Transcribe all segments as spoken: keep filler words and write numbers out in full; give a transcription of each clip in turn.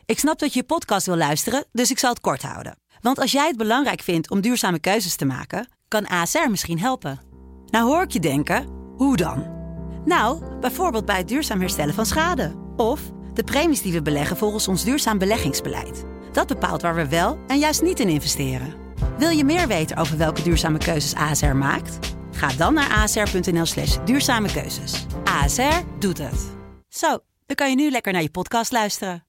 Ik snap dat je je podcast wil luisteren, dus ik zal het kort houden. Want als jij het belangrijk vindt om duurzame keuzes te maken, kan A S R misschien helpen. Nou hoor ik je denken, hoe dan? Nou, bijvoorbeeld bij het duurzaam herstellen van schade. Of de premies die we beleggen volgens ons duurzaam beleggingsbeleid. Dat bepaalt waar we wel en juist niet in investeren. Wil je meer weten over welke duurzame keuzes A S R maakt? Ga dan naar asr.nl slash duurzame keuzes. A S R doet het. Zo, dan kan je nu lekker naar je podcast luisteren.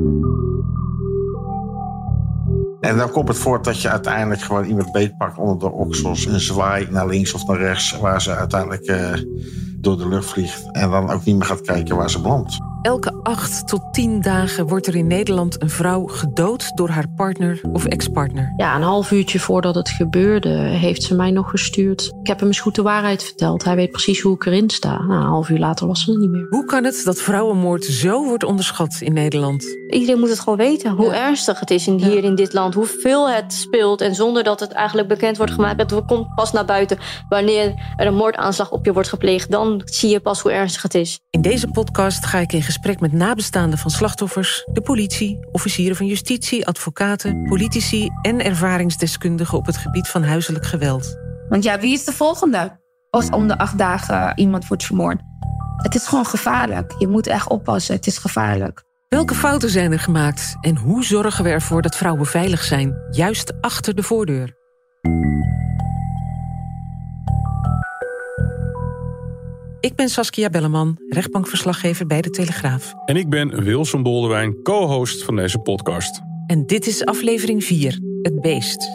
En dan komt het voort dat je uiteindelijk gewoon iemand beetpakt onder de oksels en zwaait naar links of naar rechts, waar ze uiteindelijk uh, door de lucht vliegt. En dan ook niet meer gaat kijken waar ze belandt. Elke acht tot tien dagen wordt er in Nederland een vrouw gedood door haar partner of ex-partner. Ja, een half uurtje voordat het gebeurde heeft ze mij nog gestuurd. Ik heb hem eens goed de waarheid verteld. Hij weet precies hoe ik erin sta. Nou, een half uur later was ze er niet meer. Hoe kan het dat vrouwenmoord zo wordt onderschat in Nederland? Iedereen moet het gewoon weten hoe ja. ernstig het is in, hier in dit land. Hoeveel het speelt en zonder dat het eigenlijk bekend wordt gemaakt. Het komt pas naar buiten wanneer er een moordaanslag op je wordt gepleegd. Dan zie je pas hoe ernstig het is. In deze podcast ga ik in gesprek met nabestaanden van slachtoffers, de politie, officieren van justitie, advocaten, politici en ervaringsdeskundigen op het gebied van huiselijk geweld. Want ja, wie is de volgende als om de acht dagen iemand wordt vermoord? Het is gewoon gevaarlijk. Je moet echt oppassen. Het is gevaarlijk. Welke fouten zijn er gemaakt en hoe zorgen we ervoor dat vrouwen veilig zijn, juist achter de voordeur? Ik ben Saskia Belleman, rechtbankverslaggever bij De Telegraaf. En ik ben Wilson Boldewijn, co-host van deze podcast. En dit is aflevering vier, Het Beest.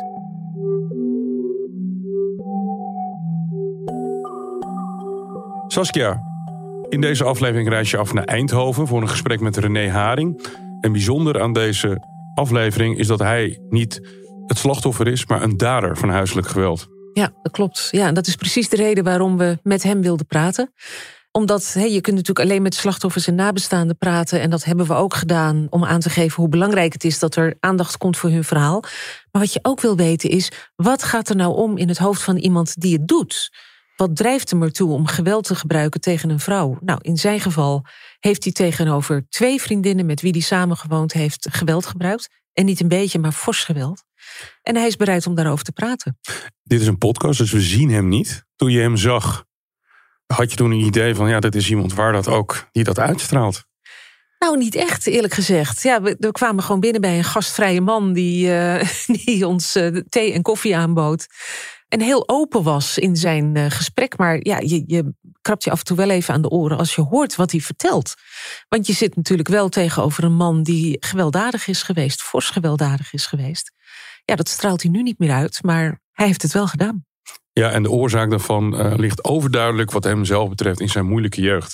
Saskia, in deze aflevering reis je af naar Eindhoven voor een gesprek met René Haring. En bijzonder aan deze aflevering is dat hij niet het slachtoffer is, maar een dader van huiselijk geweld. Ja, dat klopt. Ja, en dat is precies de reden waarom we met hem wilden praten. Omdat he, je kunt natuurlijk alleen met slachtoffers en nabestaanden praten. En dat hebben we ook gedaan om aan te geven hoe belangrijk het is dat er aandacht komt voor hun verhaal. Maar wat je ook wil weten is, wat gaat er nou om in het hoofd van iemand die het doet? Wat drijft hem ertoe om geweld te gebruiken tegen een vrouw? Nou, in zijn geval heeft hij tegenover twee vriendinnen met wie hij samengewoond heeft geweld gebruikt. En niet een beetje, maar fors geweld. En hij is bereid om daarover te praten. Dit is een podcast, dus we zien hem niet. Toen je hem zag, had je toen een idee van, ja, dat is iemand waar dat ook, die dat uitstraalt? Nou, niet echt, eerlijk gezegd. Ja, we, we kwamen gewoon binnen bij een gastvrije man die, uh, die ons uh, thee en koffie aanbood. En heel open was in zijn uh, gesprek. Maar ja, je, je krabt je af en toe wel even aan de oren als je hoort wat hij vertelt. Want je zit natuurlijk wel tegenover een man die gewelddadig is geweest, fors gewelddadig is geweest. Ja, dat straalt hij nu niet meer uit, maar hij heeft het wel gedaan. Ja, en de oorzaak daarvan uh, ligt overduidelijk wat hem zelf betreft in zijn moeilijke jeugd.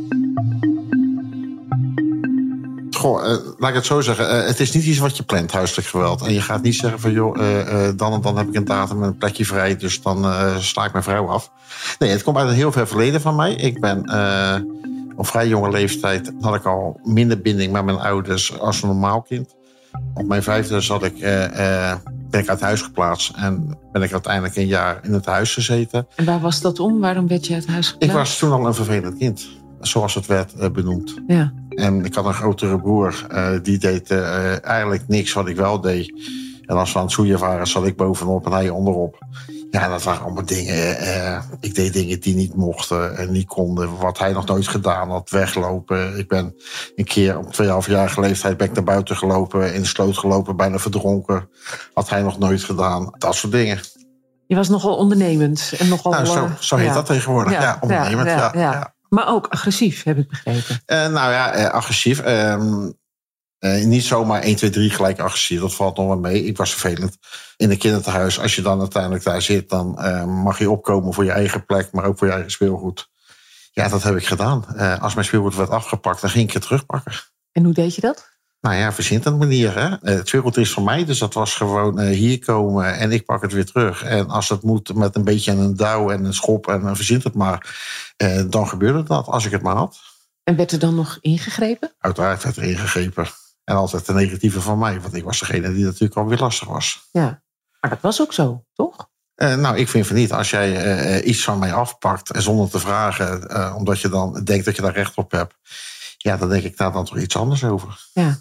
Goh, uh, laat ik het zo zeggen. Uh, het is niet iets wat je plant, huiselijk geweld. En je gaat niet zeggen van, joh, uh, uh, dan en dan heb ik een datum en een plekje vrij, dus dan uh, sla ik mijn vrouw af. Nee, het komt uit een heel ver verleden van mij. Ik ben uh, op vrij jonge leeftijd had ik al minder binding met mijn ouders als een normaal kind. Op mijn vijfde zat ik, uh, uh, ben ik uit huis geplaatst en ben ik uiteindelijk een jaar in het huis gezeten. En waar was dat om? Waarom werd je uit huis geplaatst? Ik was toen al een vervelend kind, zoals het werd uh, benoemd. Ja. En ik had een grotere broer, uh, die deed uh, eigenlijk niks wat ik wel deed. En als we aan het zoeien waren, zat ik bovenop en hij onderop. Ja, dat waren allemaal dingen. Uh, ik deed dingen die niet mochten en niet konden. Wat hij nog nooit gedaan had, weglopen. Ik ben een keer op tweeënhalfjarige leeftijd ben ik naar buiten gelopen, in de sloot gelopen, bijna verdronken. Had hij nog nooit gedaan. Dat soort dingen. Je was nogal ondernemend. En nogal, nou, zo, zo heet ja. dat tegenwoordig. Ja, ja ondernemend. Ja, ja, ja. Ja. Maar ook agressief, heb ik begrepen. Uh, nou ja, uh, agressief. Uh, uh, niet zomaar één, twee, drie gelijk agressief. Dat valt nog wel mee. Ik was vervelend. In een kinderthuis, als je dan uiteindelijk daar zit, dan uh, mag je opkomen voor je eigen plek, maar ook voor je eigen speelgoed. Ja, dat heb ik gedaan. Uh, als mijn speelgoed werd afgepakt, dan ging ik het terugpakken. En hoe deed je dat? Nou ja, verzint een manier. Hè? Uh, het speelgoed is van mij, dus dat was gewoon uh, hier komen en ik pak het weer terug. En als het moet met een beetje een douw en een schop en uh, verzint het maar, uh, dan gebeurde dat als ik het maar had. En werd er dan nog ingegrepen? Uiteraard werd er ingegrepen. En altijd de negatieve van mij, want ik was degene die natuurlijk alweer lastig was. Ja, maar dat was ook zo, toch? Uh, nou, ik vind van niet. Als jij uh, iets van mij afpakt en zonder te vragen, uh, omdat je dan denkt dat je daar recht op hebt, ja, dan denk ik daar dan toch iets anders over. Ja.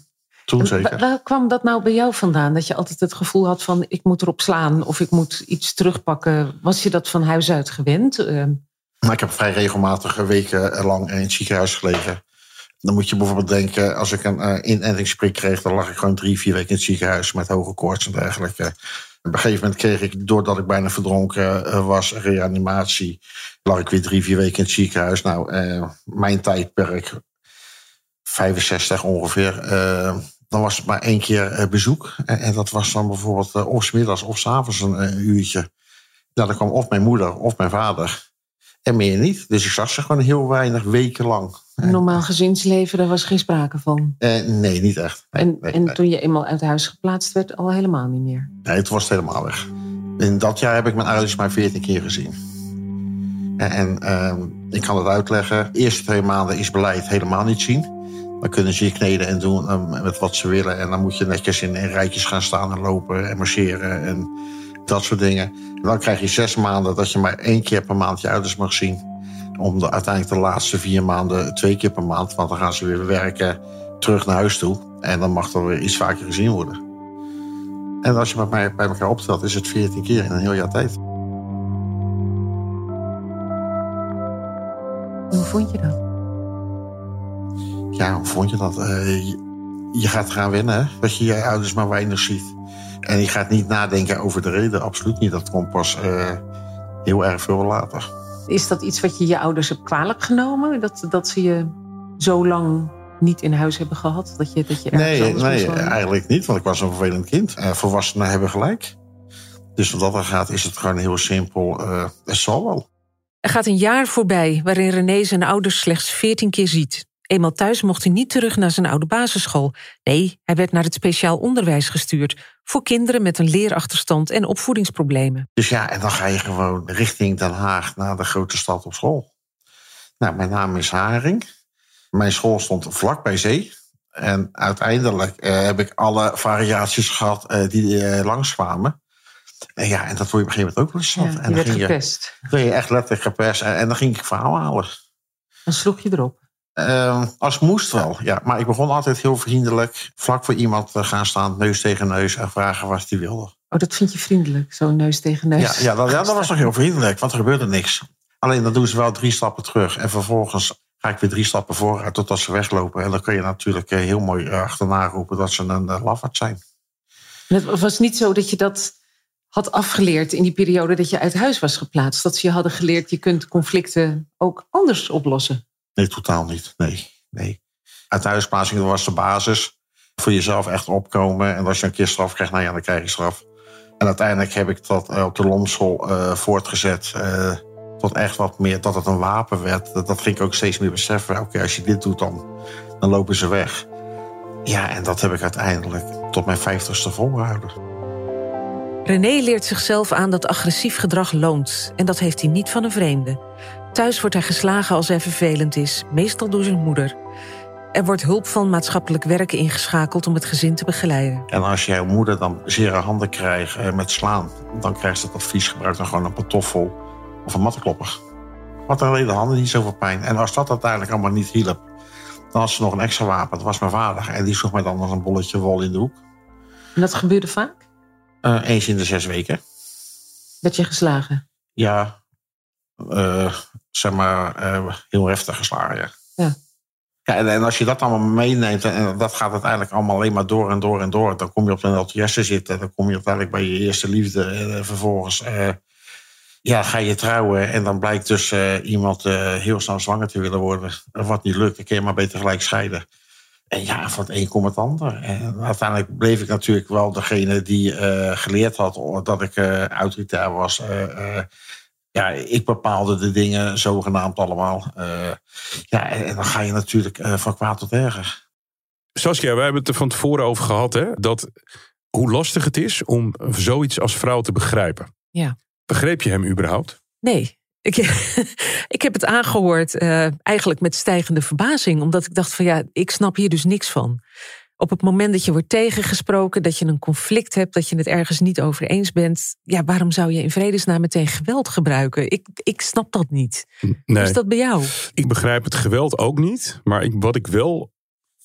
Toen zeker. Waar, waar kwam dat nou bij jou vandaan? Dat je altijd het gevoel had van ik moet erop slaan of ik moet iets terugpakken. Was je dat van huis uit gewend? Uh... Maar ik heb vrij regelmatig weken lang in het ziekenhuis gelegen. Dan moet je bijvoorbeeld denken, als ik een uh, inentingsprik kreeg, dan lag ik gewoon drie, vier weken in het ziekenhuis met hoge koorts en dergelijke. Op een gegeven moment kreeg ik, doordat ik bijna verdronken uh, was, reanimatie. Lag ik weer drie, vier weken in het ziekenhuis. Nou, uh, mijn tijdperk, vijfenzestig ongeveer, uh, dan was het maar één keer uh, bezoek. En, en dat was dan bijvoorbeeld uh, of 's middags of 's avonds een uh, uurtje. Nou, dan kwam of mijn moeder of mijn vader. En meer niet. Dus ik zag ze gewoon heel weinig weken lang. Een normaal gezinsleven, daar was geen sprake van? Eh, nee, niet echt. Nee, en nee, en nee. toen je eenmaal uit huis geplaatst werd, al helemaal niet meer? Nee, het was helemaal weg. In dat jaar heb ik mijn ouders maar veertien keer gezien. En, en uh, ik kan het uitleggen. De eerste twee maanden is beleid helemaal niet zien. Dan kunnen ze je kneden en doen uh, met wat ze willen. En dan moet je netjes in, in rijtjes gaan staan en lopen en marcheren en dat soort dingen. En dan krijg je zes maanden dat je maar één keer per maand je ouders mag zien. Om de, uiteindelijk de laatste vier maanden twee keer per maand. Want dan gaan ze weer werken, terug naar huis toe. En dan mag er weer iets vaker gezien worden. En als je met mij bij elkaar optelt, is het veertien keer in een heel jaar tijd. Hoe vond je dat? Ja, hoe vond je dat? Uh, je, je gaat eraan wennen, hè? Dat je je ouders maar weinig ziet. En je gaat niet nadenken over de reden, absoluut niet. Dat komt pas uh, heel erg veel later. Is dat iets wat je je ouders hebt kwalijk genomen? Dat, dat ze je zo lang niet in huis hebben gehad? Dat je, dat je nee, nee eigenlijk niet, want ik was een vervelend kind. Uh, volwassenen hebben gelijk. Dus wat dat er gaat, is het gewoon heel simpel. Uh, het zal wel. Er gaat een jaar voorbij waarin René zijn ouders slechts veertien keer ziet. Eenmaal thuis mocht hij niet terug naar zijn oude basisschool. Nee, hij werd naar het speciaal onderwijs gestuurd voor kinderen met een leerachterstand en opvoedingsproblemen. Dus ja, en dan ga je gewoon richting Den Haag naar de grote stad op school. Nou, mijn naam is Haring. Mijn school stond vlak bij zee. En uiteindelijk uh, heb ik alle variaties gehad uh, die uh, langskwamen. En ja, en dat word je op een gegeven moment ook wel eens zat. Ja, je en dan werd ging gepest. Je, ben je echt letterlijk gepest. En, en dan ging ik verhaal halen. Dan sloeg je erop. Uh, als moest wel, ja. Maar ik begon altijd heel vriendelijk vlak voor iemand te gaan staan, neus tegen neus, en vragen wat hij wilde. Oh, dat vind je vriendelijk, zo neus tegen neus? Ja, ja, dat, ja, dat was nog heel vriendelijk, want er gebeurde niks. Alleen dan doen ze wel drie stappen terug. En vervolgens ga ik weer drie stappen vooruit totdat ze weglopen. En dan kun je natuurlijk heel mooi achterna roepen dat ze een uh, lafaard zijn. Het was niet zo dat je dat had afgeleerd in die periode dat je uit huis was geplaatst. Dat ze je hadden geleerd, je kunt conflicten ook anders oplossen. Nee, totaal niet. Nee, nee. Uit huisplaatsing was de basis. Voor jezelf echt opkomen. En als je een keer straf krijgt, nou ja, dan krijg je straf. En uiteindelijk heb ik dat uh, op de Lomschool uh, voortgezet. Uh, tot echt wat meer, dat het een wapen werd. Dat, dat ging ik ook steeds meer beseffen. Oké, okay, als je dit doet, dan, dan lopen ze weg. Ja, en dat heb ik uiteindelijk tot mijn vijftigste volgehouden. René leert zichzelf aan dat agressief gedrag loont. En dat heeft hij niet van een vreemde. Thuis wordt hij geslagen als hij vervelend is, meestal door zijn moeder. Er wordt hulp van maatschappelijk werken ingeschakeld om het gezin te begeleiden. En als jouw moeder dan zere handen krijgt met slaan, dan krijgt ze het advies: gebruik dan gewoon een pantoffel of een mattenklopper. Want dan deed de handen niet zoveel pijn. En als dat uiteindelijk allemaal niet hielp, dan had ze nog een extra wapen. Dat was mijn vader. En die sloeg mij dan als een bolletje wol in de hoek. En dat gebeurde vaak? Uh, eens in de zes weken. Werd je geslagen? Ja, uh, zeg maar uh, heel heftig geslagen, ja. Ja. Ja, en, en als je dat allemaal meeneemt, en dat gaat uiteindelijk allemaal alleen maar door en door en door. Dan kom je op een L T S te zitten, dan kom je uiteindelijk bij je eerste liefde. En vervolgens uh, ja, ga je trouwen en dan blijkt dus uh, iemand uh, heel snel zwanger te willen worden. Wat niet lukt, dan kun je maar beter gelijk scheiden. En ja, van het een komt het ander. En uiteindelijk bleef ik natuurlijk wel degene die uh, geleerd had dat ik uh, autoritair was. Uh, uh, ja, ik bepaalde de dingen zogenaamd allemaal. Uh, ja, en, en dan ga je natuurlijk uh, van kwaad tot erger. Saskia, wij hebben het er van tevoren over gehad, hè? Dat hoe lastig het is om zoiets als vrouw te begrijpen. Ja. Begreep je hem überhaupt? Nee. Ik, ik heb het aangehoord uh, eigenlijk met stijgende verbazing. Omdat ik dacht van ja, ik snap hier dus niks van. Op het moment dat je wordt tegengesproken, dat je een conflict hebt, dat je het ergens niet over eens bent. Ja, waarom zou je in vredesnaam meteen geweld gebruiken? Ik, ik snap dat niet. Nee. Hoe is dat bij jou? Ik begrijp het geweld ook niet. Maar ik, wat ik wel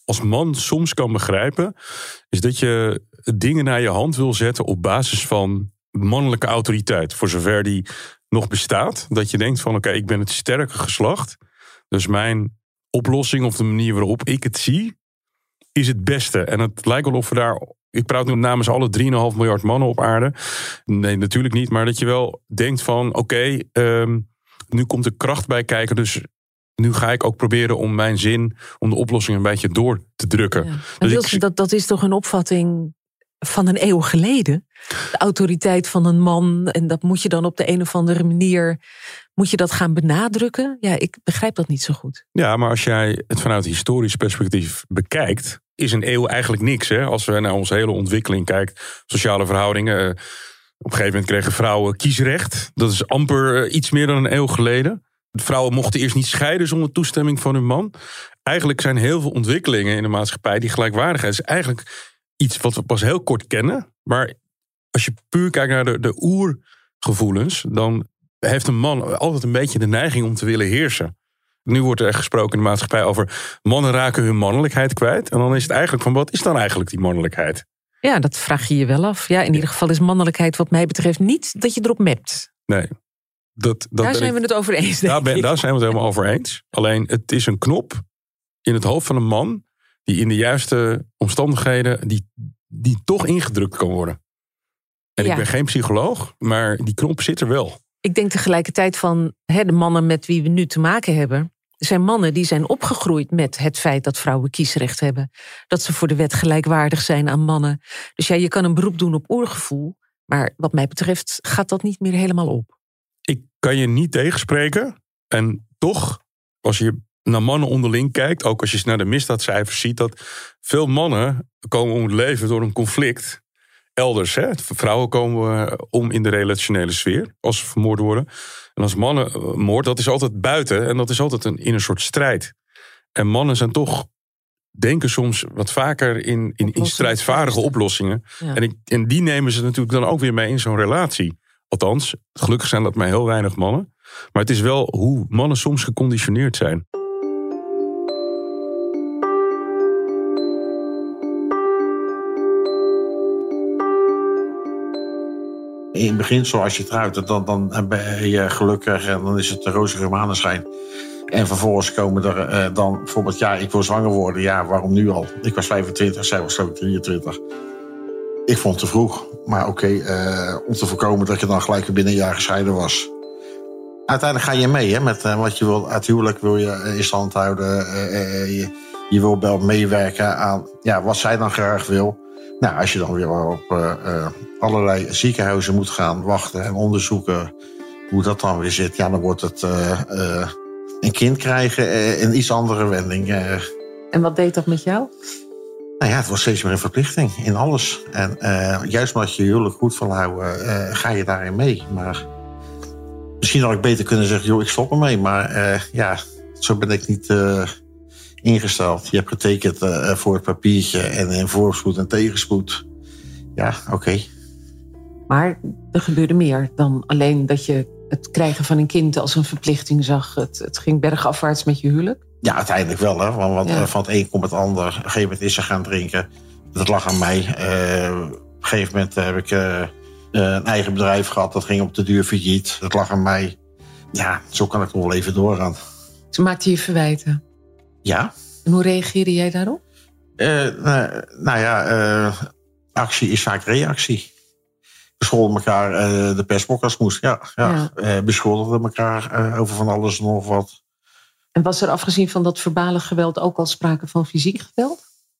als man soms kan begrijpen, is dat je dingen naar je hand wil zetten op basis van mannelijke autoriteit. Voor zover die nog bestaat. Dat je denkt van oké, okay, ik ben het sterke geslacht. Dus mijn oplossing of de manier waarop ik het zie, is het beste. En het lijkt wel of we daar... Ik praat nu namens alle drie komma vijf miljard mannen op aarde. Nee, natuurlijk niet. Maar dat je wel denkt van oké, okay, um, nu komt er kracht bij kijken. Dus nu ga ik ook proberen om mijn zin, om de oplossing een beetje door te drukken. Ja. Dus Wilson, ik... dat, dat is toch een opvatting van een eeuw geleden? De autoriteit van een man. En dat moet je dan op de een of andere manier, moet je dat gaan benadrukken? Ja, ik begrijp dat niet zo goed. Ja, maar als jij het vanuit historisch perspectief bekijkt, is een eeuw eigenlijk niks. Hè? Als we naar onze hele ontwikkeling kijken, sociale verhoudingen. Uh, op een gegeven moment kregen vrouwen kiesrecht. Dat is amper uh, iets meer dan een eeuw geleden. De vrouwen mochten eerst niet scheiden zonder toestemming van hun man. Eigenlijk zijn heel veel ontwikkelingen in de maatschappij, die gelijkwaardigheid is eigenlijk iets wat we pas heel kort kennen. Maar als je puur kijkt naar de, de oergevoelens, dan heeft een man altijd een beetje de neiging om te willen heersen. Nu wordt er gesproken in de maatschappij over mannen raken hun mannelijkheid kwijt. En dan is het eigenlijk van, wat is dan eigenlijk die mannelijkheid? Ja, dat vraag je je wel af. Ja, in ieder geval is mannelijkheid wat mij betreft niet dat je erop mept. Nee. Dat, dat daar zijn ik, we het over eens, daar, ben, daar zijn we het helemaal over eens. Alleen, het is een knop in het hoofd van een man die in de juiste omstandigheden, die, die toch ingedrukt kan worden. En ja. Ik ben geen psycholoog, maar die knop zit er wel. Ik denk tegelijkertijd van he, de mannen met wie we nu te maken hebben, zijn mannen die zijn opgegroeid met het feit dat vrouwen kiesrecht hebben. Dat ze voor de wet gelijkwaardig zijn aan mannen. Dus ja, je kan een beroep doen op oorgevoel, maar wat mij betreft gaat dat niet meer helemaal op. Ik kan je niet tegenspreken. En toch, als je naar mannen onderling kijkt, ook als je naar de misdaadcijfers ziet, dat veel mannen komen om het leven door een conflict elders. Hè? Vrouwen komen om in de relationele sfeer als ze vermoord worden. En als mannen moord, dat is altijd buiten en dat is altijd een, in een soort strijd. En mannen zijn toch, denken soms wat vaker in, in, in strijdvaardige oplossingen. Ja. En, ik, en die nemen ze natuurlijk dan ook weer mee in zo'n relatie. Althans, gelukkig zijn dat maar heel weinig mannen. Maar het is wel hoe mannen soms geconditioneerd zijn. In het begin, zoals je trouwt, dan, dan ben je gelukkig en dan is het de rozige maneschijn. En vervolgens komen er uh, dan bijvoorbeeld, ja, ik wil zwanger worden. Ja, waarom nu al? Ik was vijfentwintig, zij was geloof ik drieëntwintig. Ik vond het te vroeg. Maar oké, okay, uh, om te voorkomen dat je dan gelijk binnen een jaar gescheiden was. Uiteindelijk ga je mee, hè, met uh, wat je wil. Uit huwelijk wil je in stand houden. Uh, uh, je, je wil wel meewerken aan ja, wat zij dan graag wil. Nou, als je dan weer op uh, uh, allerlei ziekenhuizen moet gaan wachten en onderzoeken hoe dat dan weer zit, ja, dan wordt het uh, uh, een kind krijgen uh, in iets andere wending. Uh. En wat deed dat met jou? Nou ja, het was steeds meer een verplichting in alles. En uh, juist omdat je je huwelijk goed wil houden, uh, ga je daarin mee. Maar misschien had ik beter kunnen zeggen, joh, ik stop ermee. Maar uh, ja, zo ben ik niet uh, ingesteld. Je hebt getekend uh, voor het papiertje en in voorspoed en tegenspoed. Ja, oké. Okay. Maar er gebeurde meer dan alleen dat je het krijgen van een kind als een verplichting zag. Het, het ging bergafwaarts met je huwelijk? Ja, uiteindelijk wel. Hè? Want, want ja. Van het een komt het ander. Op een gegeven moment is ze gaan drinken. Dat lag aan mij. Uh, op een gegeven moment heb ik uh, een eigen bedrijf gehad. Dat ging op de duur failliet. Dat lag aan mij. Ja, zo kan ik nog wel even doorgaan. Ze maakte je verwijten? Ja. En hoe reageerde jij daarop? Uh, uh, nou ja, uh, actie is vaak reactie. We scholden elkaar uh, de pestbok als moest. Ja, ja. ja. Uh, beschuldigden elkaar uh, over van alles en nog wat. En was er afgezien van dat verbale geweld ook al sprake van fysiek geweld?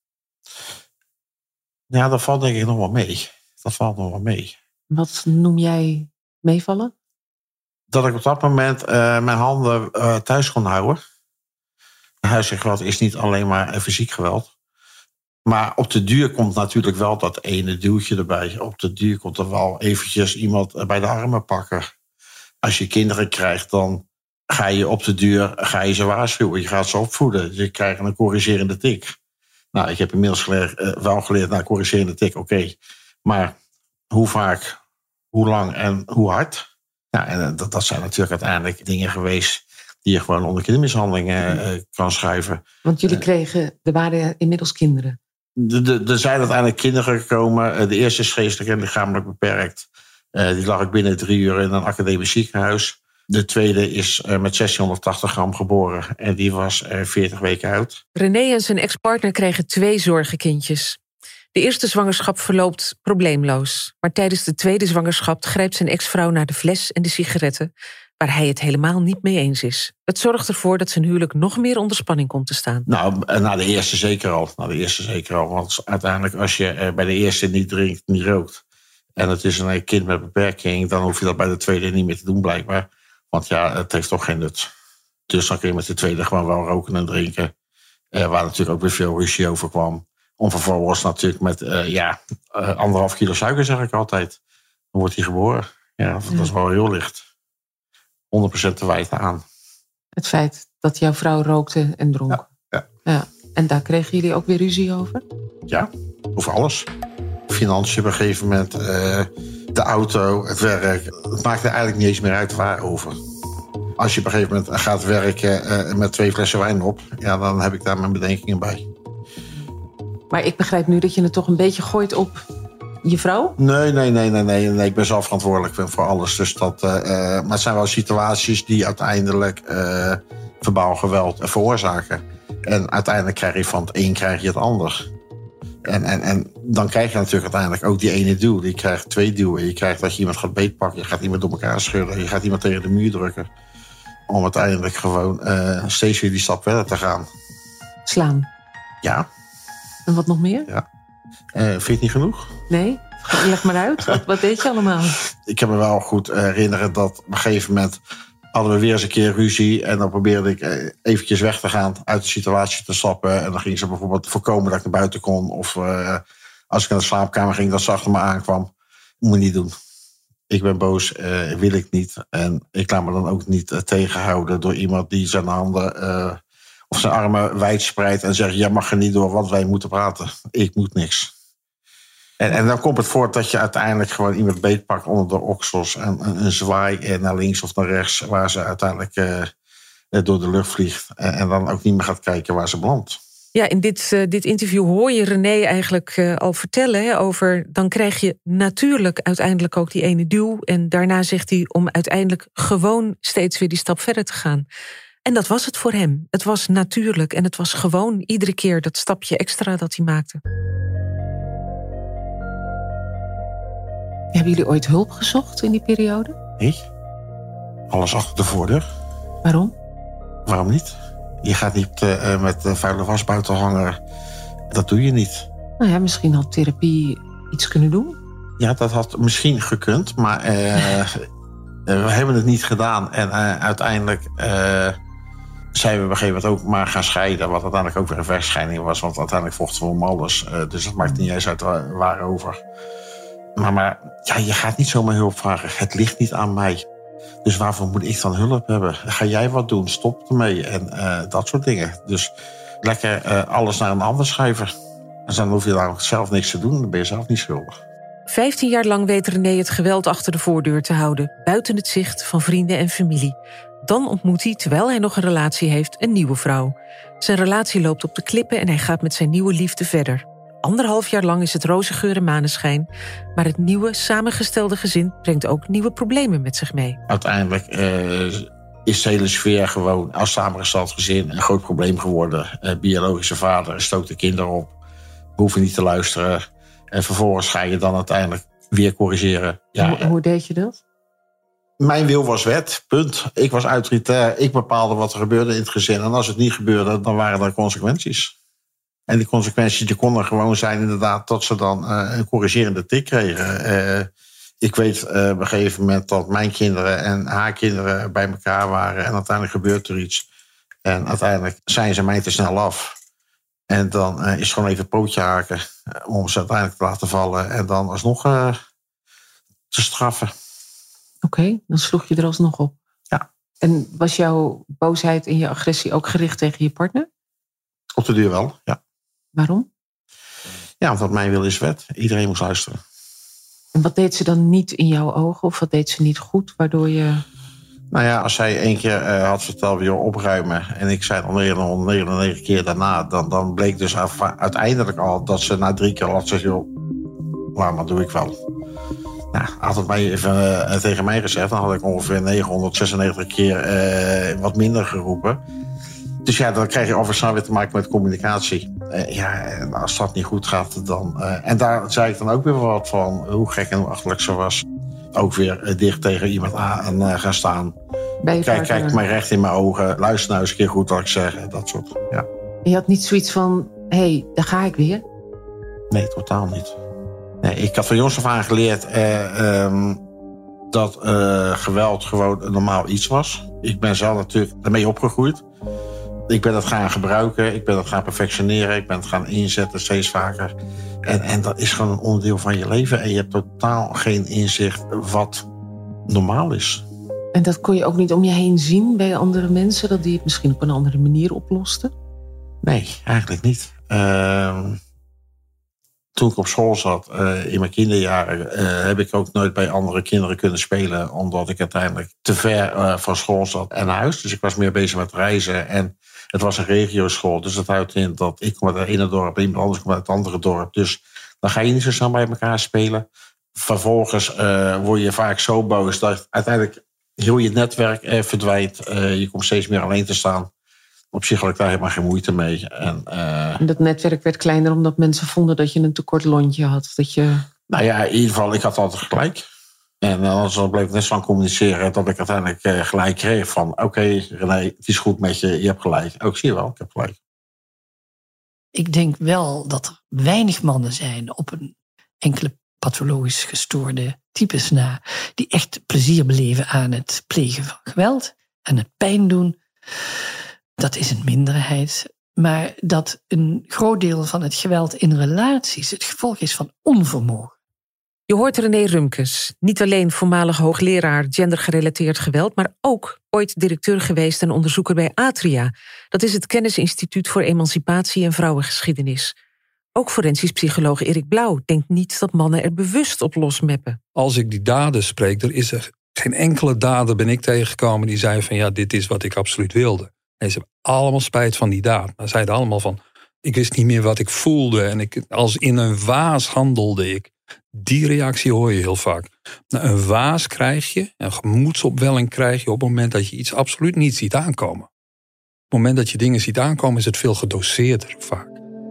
Ja, dat valt denk ik nog wel mee. Dat valt nog wel mee. Wat noem jij meevallen? Dat ik op dat moment uh, mijn handen uh, thuis kon houden. Huiselijk geweld is niet alleen maar fysiek geweld. Maar op de duur komt natuurlijk wel dat ene duwtje erbij. Op de duur komt er wel eventjes iemand bij de armen pakken. Als je kinderen krijgt, dan ga je op de duur ga je ze waarschuwen. Je gaat ze opvoeden. Je krijgt een corrigerende tik. Nou, ik heb inmiddels geleerd, uh, wel geleerd naar corrigerende tik. Oké, okay. Maar hoe vaak, hoe lang en hoe hard? Nou, en dat, dat zijn natuurlijk uiteindelijk dingen geweest die je gewoon onder kindermishandeling uh, kan schrijven. Want jullie kregen, er waren inmiddels kinderen. Er zijn uiteindelijk kinderen gekomen. De eerste is geestelijk en lichamelijk beperkt. Uh, die lag ik binnen drie uur in een academisch ziekenhuis. De tweede is uh, met zestienhonderdtachtig gram geboren. En die was uh, veertig weken oud. René en zijn ex-partner kregen twee zorgenkindjes. De eerste zwangerschap verloopt probleemloos. Maar tijdens de tweede zwangerschap grijpt zijn ex-vrouw naar de fles en de sigaretten, waar hij het helemaal niet mee eens is. Het zorgt ervoor dat zijn huwelijk nog meer onder spanning komt te staan. Nou, na de eerste zeker al. Na de eerste zeker al. Want uiteindelijk, als je uh, bij de eerste niet drinkt, niet rookt, en het is een kind met beperking, dan hoef je dat bij de tweede niet meer te doen, blijkbaar. Want ja, het heeft toch geen nut. Dus dan kun je met de tweede gewoon wel roken en drinken. Uh, waar natuurlijk ook weer veel ruzie over kwam. Om vervolgens natuurlijk met uh, ja, uh, anderhalf kilo suiker, zeg ik altijd. Dan wordt hij geboren. Ja, dat, ja. dat is wel heel licht. honderd procent te wijten aan. Het feit dat jouw vrouw rookte en dronk. Ja, ja. Ja. En daar kregen jullie ook weer ruzie over? Ja, over alles. Financiën op een gegeven moment. Uh, de auto, het werk. Het maakt er eigenlijk niet eens meer uit waarover. Als je op een gegeven moment gaat werken uh, met twee flessen wijn op, ja, dan heb ik daar mijn bedenkingen bij. Maar ik begrijp nu dat je het toch een beetje gooit op je vrouw? Nee, nee, nee, nee, nee. nee. Ik ben zelf verantwoordelijk voor alles. Dus dat, uh, maar het zijn wel situaties die uiteindelijk uh, verbaal geweld veroorzaken. En uiteindelijk krijg je van het een krijg je het ander. En, en, en dan krijg je natuurlijk uiteindelijk ook die ene duw. Je krijgt twee duwen. Je krijgt dat je iemand gaat beetpakken. Je gaat iemand door elkaar schudden. Je gaat iemand tegen de muur drukken. Om uiteindelijk gewoon uh, steeds weer die stap verder te gaan. Slaan? Ja. En wat nog meer? Ja. Uh, vind je het niet genoeg? Nee, leg maar uit. Wat, wat deed je allemaal? Ik kan me wel goed herinneren dat op een gegeven moment hadden we weer eens een keer ruzie. En dan probeerde ik eventjes weg te gaan, uit de situatie te stappen. En dan ging ze bijvoorbeeld voorkomen dat ik naar buiten kon. Of uh, als ik naar de slaapkamer ging, dat ze achter me aankwam. Moet je niet doen. Ik ben boos, uh, wil ik niet. En ik laat me dan ook niet uh, tegenhouden door iemand die zijn handen uh, of zijn armen wijd spreidt en zegt, jij mag er niet door, want wij moeten praten. Ik moet niks. En, en dan komt het voort dat je uiteindelijk gewoon iemand beetpakt onder de oksels en een, een zwaai naar links of naar rechts, waar ze uiteindelijk uh, door de lucht vliegt. En, en dan ook niet meer gaat kijken waar ze belandt. Ja, in dit, uh, dit interview hoor je René eigenlijk uh, al vertellen hè, over, dan krijg je natuurlijk uiteindelijk ook die ene duw. En daarna zegt hij om uiteindelijk gewoon steeds weer die stap verder te gaan. En dat was het voor hem. Het was natuurlijk en het was gewoon iedere keer dat stapje extra dat hij maakte. Hebben jullie ooit hulp gezocht in die periode? Nee. Alles achter de voordeur. Waarom? Waarom niet? Je gaat niet uh, met de vuile was buiten hangen. Dat doe je niet. Nou ja, misschien had therapie iets kunnen doen. Ja, dat had misschien gekund. Maar uh, we hebben het niet gedaan. En uh, uiteindelijk uh, zijn we op een gegeven moment ook maar gaan scheiden. Wat uiteindelijk ook weer een vechtscheiding was. Want uiteindelijk vochten we om alles. Uh, dus dat maakt niet eens uit waarover. Maar, maar ja, je gaat niet zomaar hulp vragen. Het ligt niet aan mij. Dus waarvoor moet ik dan hulp hebben? Ga jij wat doen? Stop ermee. En uh, dat soort dingen. Dus lekker uh, alles naar een ander schuiven. En dan hoef je daar zelf niks te doen. Dan ben je zelf niet schuldig. Vijftien jaar lang weet René het geweld achter de voordeur te houden. Buiten het zicht van vrienden en familie. Dan ontmoet hij, terwijl hij nog een relatie heeft, een nieuwe vrouw. Zijn relatie loopt op de klippen en hij gaat met zijn nieuwe liefde verder. Anderhalf jaar lang is het roze geur en maneschijn. Maar het nieuwe, samengestelde gezin brengt ook nieuwe problemen met zich mee. Uiteindelijk uh, is de hele sfeer gewoon als samengesteld gezin een groot probleem geworden. Uh, biologische vader stookt de kinderen op. We hoeven niet te luisteren. En vervolgens ga je dan uiteindelijk weer corrigeren. Ja, hoe, hoe deed je dat? Mijn wil was wet, punt. Ik was autoritair. Ik bepaalde wat er gebeurde in het gezin. En als het niet gebeurde, dan waren er consequenties. En die consequenties die konden gewoon zijn inderdaad dat ze dan uh, een corrigerende tik kregen. Uh, ik weet uh, op een gegeven moment dat mijn kinderen en haar kinderen bij elkaar waren. En uiteindelijk gebeurt er iets. En uiteindelijk zijn ze mij te snel af. En dan uh, is het gewoon even pootje haken uh, om ze uiteindelijk te laten vallen. En dan alsnog uh, te straffen. Oké, okay, dan sloeg je er alsnog op. Ja. En was jouw boosheid en je agressie ook gericht tegen je partner? Op de duur wel, ja. Waarom? Ja, omdat mijn wil is wet. Iedereen moest luisteren. En wat deed ze dan niet in jouw ogen? Of wat deed ze niet goed, waardoor je... Nou ja, als zij één keer uh, had verteld, joh, opruimen. En ik zei dan negenennegentig keer daarna. Dan, dan bleek dus af, uiteindelijk al dat ze na drie keer had gezegd, joh, maar dat doe ik wel. Nou, had het mij even uh, tegen mij gezegd, dan had ik ongeveer negenhonderdzesennegentig keer uh, wat minder geroepen. Dus ja, dan krijg je af en toe weer te maken met communicatie. Uh, ja, als dat niet goed gaat, dan... Uh, en daar zei ik dan ook weer wat van, hoe gek en hoe achterlijk ze was. Ook weer uh, dicht tegen iemand aan uh, gaan staan. Kijk, kijk mij recht in mijn ogen. Luister nou eens een keer goed wat ik zeg. Dat soort, ja. Je had niet zoiets van, hé, hey, daar ga ik weer? Nee, totaal niet. Nee, ik had van jongs af aan geleerd uh, um, dat uh, geweld gewoon een normaal iets was. Ik ben zelf natuurlijk ermee opgegroeid. Ik ben dat gaan gebruiken, ik ben dat gaan perfectioneren, ik ben het gaan inzetten steeds vaker. En, en dat is gewoon een onderdeel van je leven. En je hebt totaal geen inzicht wat normaal is. En dat kon je ook niet om je heen zien bij andere mensen? Dat die het misschien op een andere manier oplosten? Nee, eigenlijk niet. Uh, toen ik op school zat, uh, in mijn kinderjaren... Uh, heb ik ook nooit bij andere kinderen kunnen spelen... omdat ik uiteindelijk te ver uh, van school zat en naar huis. Dus ik was meer bezig met reizen. En het was een regioschool, dus dat houdt in dat ik kom uit het ene dorp... en iemand anders komt uit het andere dorp. Dus dan ga je niet zo snel bij elkaar spelen. Vervolgens uh, word je vaak zo boos dat uiteindelijk... heel je netwerk uh, verdwijnt. Uh, je komt steeds meer alleen te staan. Op zich had ik daar helemaal geen moeite mee. En, uh, en dat netwerk werd kleiner omdat mensen vonden dat je een tekort lontje had? Dat je... Nou ja, in ieder geval, ik had altijd gelijk. En dan bleef ik net zo aan communiceren dat ik uiteindelijk uh, gelijk kreeg van... oké, okay, René, het is goed met je, je hebt gelijk. Ook zie je wel, ik heb gelijk. Ik denk wel dat er weinig mannen zijn op een enkele pathologisch gestoorde types na, die echt plezier beleven aan het plegen van geweld en het pijn doen. Dat is een minderheid. Maar dat een groot deel van het geweld in relaties het gevolg is van onvermogen. Je hoort René Rumkes, niet alleen voormalig hoogleraar gendergerelateerd geweld, maar ook ooit directeur geweest en onderzoeker bij Atria. Dat is het Kennisinstituut voor Emancipatie en Vrouwengeschiedenis. Ook forensisch psycholoog Erik Blauw denkt niet dat mannen er bewust op losmeppen. Als ik die daden spreek, er is er geen enkele dader ben ik tegengekomen die zei van ja, dit is wat ik absoluut wilde. Nee, ze hebben allemaal spijt van die daad. Maar zeiden allemaal van, ik wist niet meer wat ik voelde en ik, als in een waas handelde ik. Die reactie hoor je heel vaak. Nou, een waas krijg je, een gemoedsopwelling krijg je op het moment dat je iets absoluut niet ziet aankomen. Op het moment dat je dingen ziet aankomen is het veel gedoseerder vaak.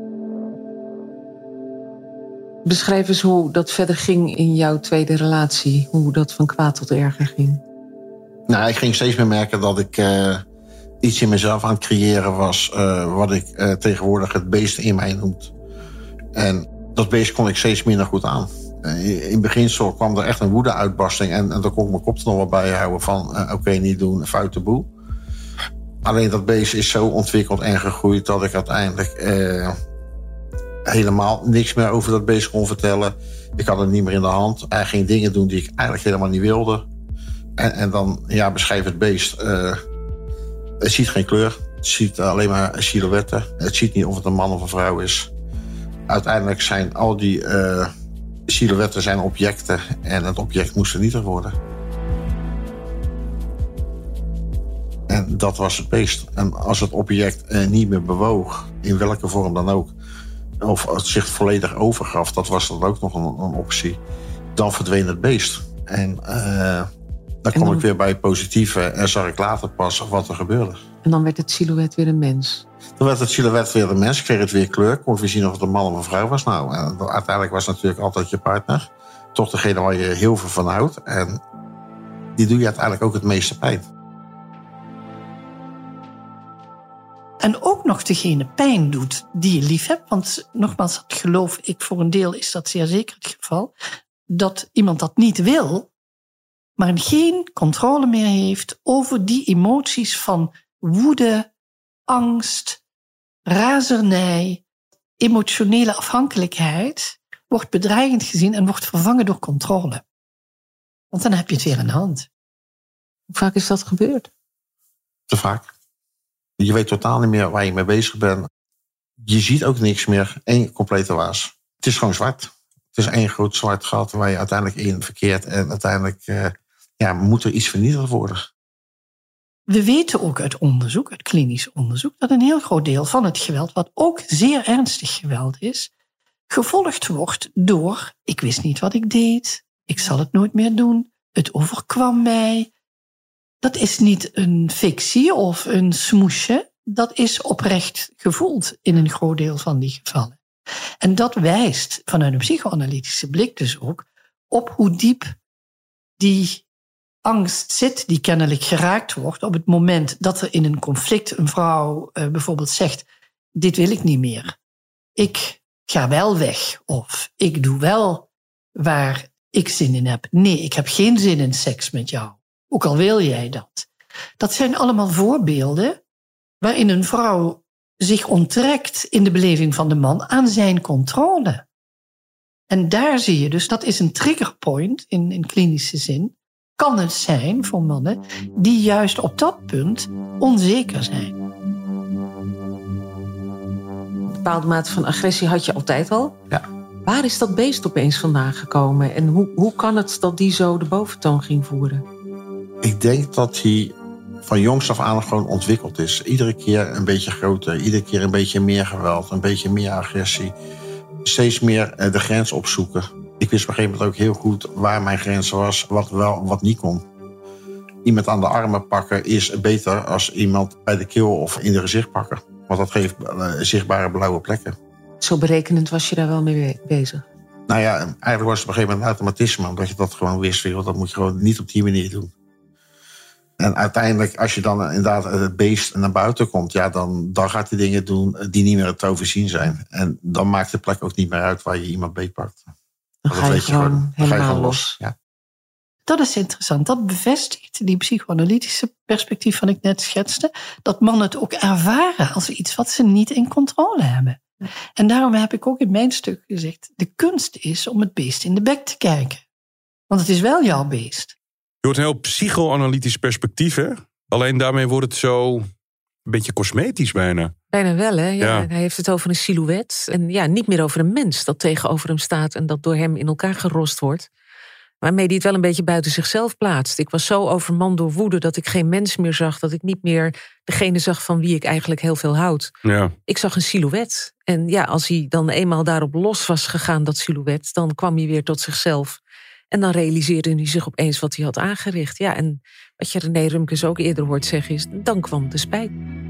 Beschrijf eens hoe dat verder ging in jouw tweede relatie. Hoe dat van kwaad tot erger ging. Nou, ik ging steeds meer merken dat ik uh, iets in mezelf aan het creëren was... Uh, wat ik uh, tegenwoordig het beest in mij noemt. En dat beest kon ik steeds minder goed aan. Uh, in beginsel kwam er echt een woede-uitbarsting... en, en daar kon ik mijn kop er nog wel bij houden van... Uh, oké, okay, niet doen, foute boel. Alleen dat beest is zo ontwikkeld en gegroeid... dat ik uiteindelijk... Uh, helemaal niks meer over dat beest kon vertellen. Ik had het niet meer in de hand. Hij ging dingen doen die ik eigenlijk helemaal niet wilde. En, en dan, ja, beschrijf het beest. Uh, het ziet geen kleur. Het ziet alleen maar silhouetten. Het ziet niet of het een man of een vrouw is. Uiteindelijk zijn al die uh, silhouetten zijn objecten. En het object moest vernietigd worden. En dat was het beest. En als het object uh, niet meer bewoog, in welke vorm dan ook... of het zich volledig overgaf, dat was dan ook nog een, een optie. Dan verdween het beest. En uh, dan kwam dan... ik weer bij het positieve en zag ik later pas wat er gebeurde. En dan werd het silhouet weer een mens? Dan werd het silhouet weer een mens, kreeg het weer kleur. Kon weer zien of het een man of een vrouw was. Nou, en uiteindelijk was het natuurlijk altijd je partner. Toch degene waar je heel veel van houdt. En die doe je uiteindelijk ook het meeste pijn. En ook nog degene pijn doet die je lief hebt. Want nogmaals, dat geloof ik voor een deel is dat zeer zeker het geval. Dat iemand dat niet wil, maar geen controle meer heeft over die emoties van woede, angst, razernij, emotionele afhankelijkheid. Wordt bedreigend gezien en wordt vervangen door controle. Want dan heb je het weer in de hand. Hoe vaak is dat gebeurd? Te vaak. Je weet totaal niet meer waar je mee bezig bent. Je ziet ook niks meer. Eén complete waas. Het is gewoon zwart. Het is één groot zwart gat waar je uiteindelijk in verkeert. En uiteindelijk uh, ja, moet er iets vernietigd worden. we weten ook uit onderzoek, uit klinisch onderzoek, dat een heel groot deel van het geweld, wat ook zeer ernstig geweld is, gevolgd wordt door, ik wist niet wat ik deed, ik zal het nooit meer doen, het overkwam mij. Dat is niet een fictie of een smoesje, dat is oprecht gevoeld in een groot deel van die gevallen. En dat wijst vanuit een psychoanalytische blik dus ook op hoe diep die angst zit die kennelijk geraakt wordt op het moment dat er in een conflict een vrouw uh, bijvoorbeeld zegt, dit wil ik niet meer. Ik ga wel weg of ik doe wel waar ik zin in heb. Nee, ik heb geen zin in seks met jou, ook al wil jij dat. Dat zijn allemaal voorbeelden waarin een vrouw zich onttrekt in de beleving van de man aan zijn controle. En daar zie je dus, dat is een triggerpoint in, in klinische zin, kan het zijn voor mannen die juist op dat punt onzeker zijn. Een bepaalde mate van agressie had je altijd al. Ja. Waar is dat beest opeens vandaan gekomen? En hoe, hoe kan het dat die zo de boventoon ging voeren? Ik denk dat hij van jongs af aan gewoon ontwikkeld is. Iedere keer een beetje groter, iedere keer een beetje meer geweld, een beetje meer agressie. Steeds meer de grens opzoeken. Ik wist op een gegeven moment ook heel goed waar mijn grens was, wat wel wat niet kon. Iemand aan de armen pakken is beter als iemand bij de keel of in de gezicht pakken. Want dat geeft uh, zichtbare blauwe plekken. Zo berekenend was je daar wel mee bezig? Nou ja, eigenlijk was het op een gegeven moment een automatisme, omdat je dat gewoon wist. Want dat moet je gewoon niet op die manier doen. En uiteindelijk, als je dan inderdaad het beest naar buiten komt, ja, dan, dan gaat hij dingen doen die niet meer te overzien zijn. En dan maakt de plek ook niet meer uit waar je iemand beetpakt. Dan ga je, je gewoon gewoon, helemaal ga je gewoon los. los. Ja. Dat is interessant. Dat bevestigt die psychoanalytische perspectief van ik net schetste. Dat mannen het ook ervaren als iets wat ze niet in controle hebben. En daarom heb ik ook in mijn stuk gezegd, de kunst is om het beest in de bek te kijken. Want het is wel jouw beest. Je hoort een heel psychoanalytisch perspectief, hè? Alleen daarmee wordt het zo een beetje cosmetisch bijna. Bijna wel, hè? Ja, Ja. Hij heeft het over een silhouet. En ja, niet meer over een mens dat tegenover hem staat en dat door hem in elkaar gerost wordt. Waarmee hij het wel een beetje buiten zichzelf plaatst. Ik was zo overmand door woede dat ik geen mens meer zag. Dat ik niet meer degene zag van wie ik eigenlijk heel veel houd. Ja. Ik zag een silhouet. En ja, als hij dan eenmaal daarop los was gegaan, dat silhouet, dan kwam hij weer tot zichzelf. En dan realiseerde hij zich opeens wat hij had aangericht. Ja, en wat je René Rumkes ook eerder hoort zeggen is, dan kwam de spijt.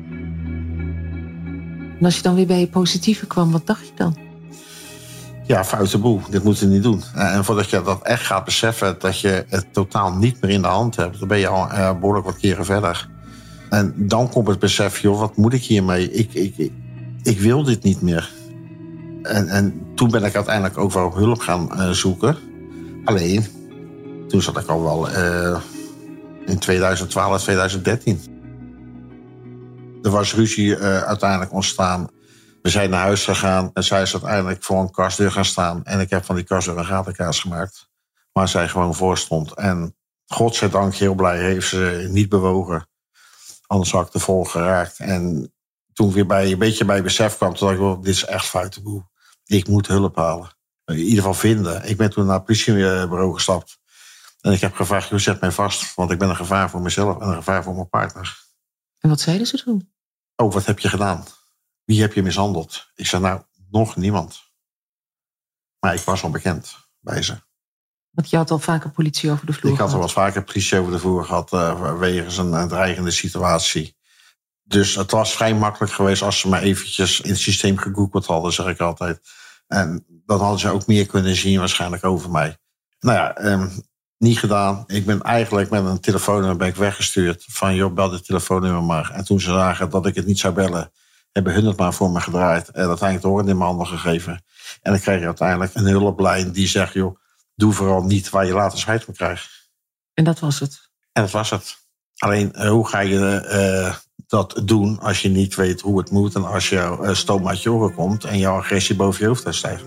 En als je dan weer bij je positieve kwam, wat dacht je dan? Ja, fout de boel. Dit moeten we niet doen. En voordat je dat echt gaat beseffen, dat je het totaal niet meer in de hand hebt, dan ben je al uh, behoorlijk wat keren verder. En dan komt het besef, joh, wat moet ik hiermee? Ik, ik, ik, ik wil dit niet meer. En, en toen ben ik uiteindelijk ook wel hulp gaan uh, zoeken. Alleen, toen zat ik al wel uh, in twintig twaalf, twintig dertien. Er was ruzie uh, uiteindelijk ontstaan. We zijn naar huis gegaan en zij is uiteindelijk voor een kastdeur gaan staan. En ik heb van die kastdeur een gatenkaas gemaakt. Waar zij gewoon voor stond. En godzijdank, heel blij, heeft ze niet bewogen. Anders had ik ervoor geraakt. En toen ik weer bij, een beetje bij besef kwam, toen dacht ik, oh, dit is echt foute boel. Ik moet hulp halen. In ieder geval vinden. Ik ben toen naar het politiebureau gestapt. En ik heb gevraagd, joh, zet mij vast. Want ik ben een gevaar voor mezelf en een gevaar voor mijn partner. En wat zeiden ze toen? Oh, wat heb je gedaan? Wie heb je mishandeld? Ik zei, nou, nog niemand. Maar ik was al bekend bij ze. Want je had al vaker politie over de vloer Ik had gehad. al wat vaker politie over de vloer gehad uh, wegens een, een dreigende situatie. Dus het was vrij makkelijk geweest als ze maar eventjes in het systeem gegoogeld hadden, zeg ik altijd. En dan hadden ze ook meer kunnen zien waarschijnlijk over mij. Nou ja, um, niet gedaan. Ik ben eigenlijk met een telefoonnummer ben ik weggestuurd. Van, joh, bel dit telefoonnummer maar. En toen ze zagen dat ik het niet zou bellen, hebben hun het maar voor me gedraaid. En uiteindelijk de hoorn in mijn handen gegeven. En dan kreeg je uiteindelijk een hulplijn die zegt, joh, doe vooral niet waar je later spijt van krijgt. En dat was het? En dat was het. Alleen, uh, hoe ga je uh, dat doen als je niet weet hoe het moet en als je uh, stoom uit je oren komt en jouw agressie boven je hoofd stijgt?